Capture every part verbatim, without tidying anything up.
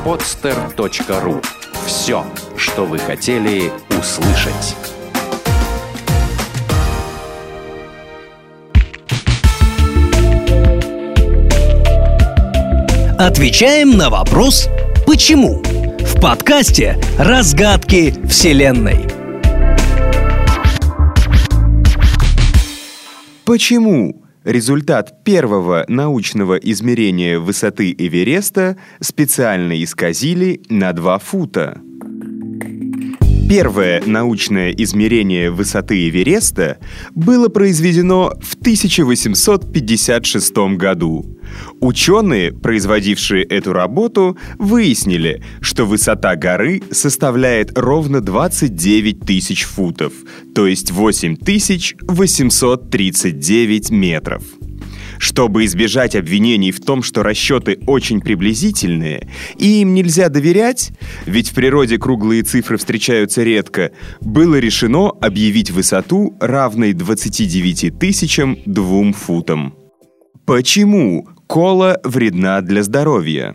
подстер точка ру. Все, что вы хотели услышать. Отвечаем на вопрос «Почему?» в подкасте «Разгадки Вселенной». Почему результат первого научного измерения высоты Эвереста специально исказили на два фута? Первое научное измерение высоты Эвереста было произведено в тысяча восемьсот пятьдесят шестом году. Ученые, производившие эту работу, выяснили, что высота горы составляет ровно двадцать девять тысяч футов, то есть восемь тысяч восемьсот тридцать девять метров. Чтобы избежать обвинений в том, что расчеты очень приблизительные и им нельзя доверять, ведь в природе круглые цифры встречаются редко, было решено объявить высоту равной двадцати девяти тысячам двум футам. Почему кола вредна для здоровья?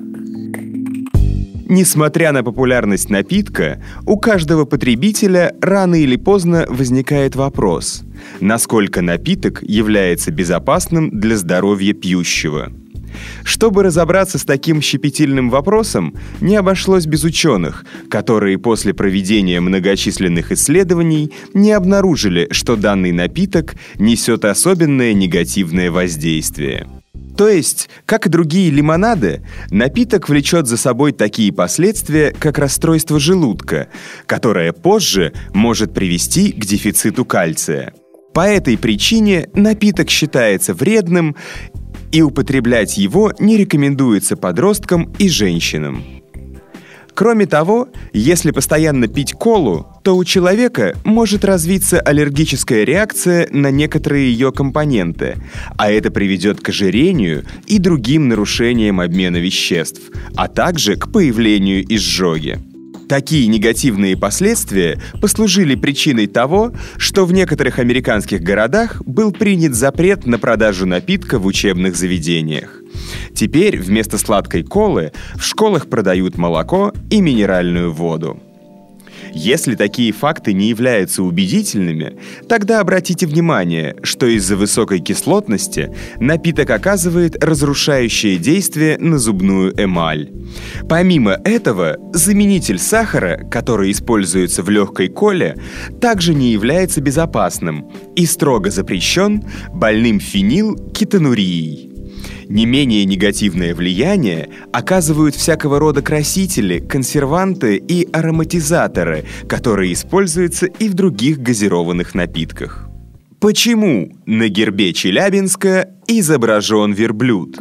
Несмотря на популярность напитка, у каждого потребителя рано или поздно возникает вопрос, насколько напиток является безопасным для здоровья пьющего. Чтобы разобраться с таким щепетильным вопросом, не обошлось без ученых, которые после проведения многочисленных исследований не обнаружили, что данный напиток несет особенное негативное воздействие. То есть, как и другие лимонады, напиток влечет за собой такие последствия, как расстройство желудка, которое позже может привести к дефициту кальция. По этой причине напиток считается вредным, и употреблять его не рекомендуется подросткам и женщинам. Кроме того, если постоянно пить колу, то у человека может развиться аллергическая реакция на некоторые ее компоненты, а это приведет к ожирению и другим нарушениям обмена веществ, а также к появлению изжоги. Такие негативные последствия послужили причиной того, что в некоторых американских городах был принят запрет на продажу напитка в учебных заведениях. Теперь вместо сладкой колы в школах продают молоко и минеральную воду. Если такие факты не являются убедительными, тогда обратите внимание, что из-за высокой кислотности напиток оказывает разрушающее действие на зубную эмаль. Помимо этого, заменитель сахара, который используется в легкой коле, также не является безопасным и строго запрещен больным фенилкетонурией. Не менее негативное влияние оказывают всякого рода красители, консерванты и ароматизаторы, которые используются и в других газированных напитках. Почему на гербе Челябинска изображен верблюд?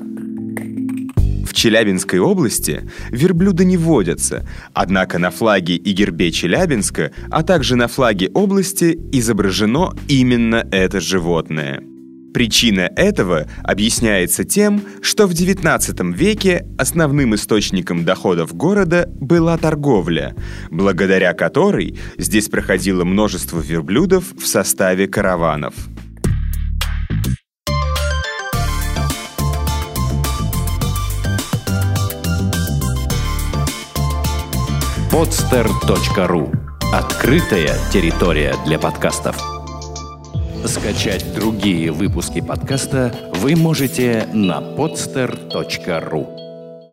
В Челябинской области верблюда не водятся, однако на флаге и гербе Челябинска, а также на флаге области изображено именно это животное. Причина этого объясняется тем, что в девятнадцатом веке основным источником доходов города была торговля, благодаря которой здесь проходило множество верблюдов в составе караванов. подстер точка ру. Открытая территория для подкастов. Скачать другие выпуски подкаста вы можете на подстер точка ру.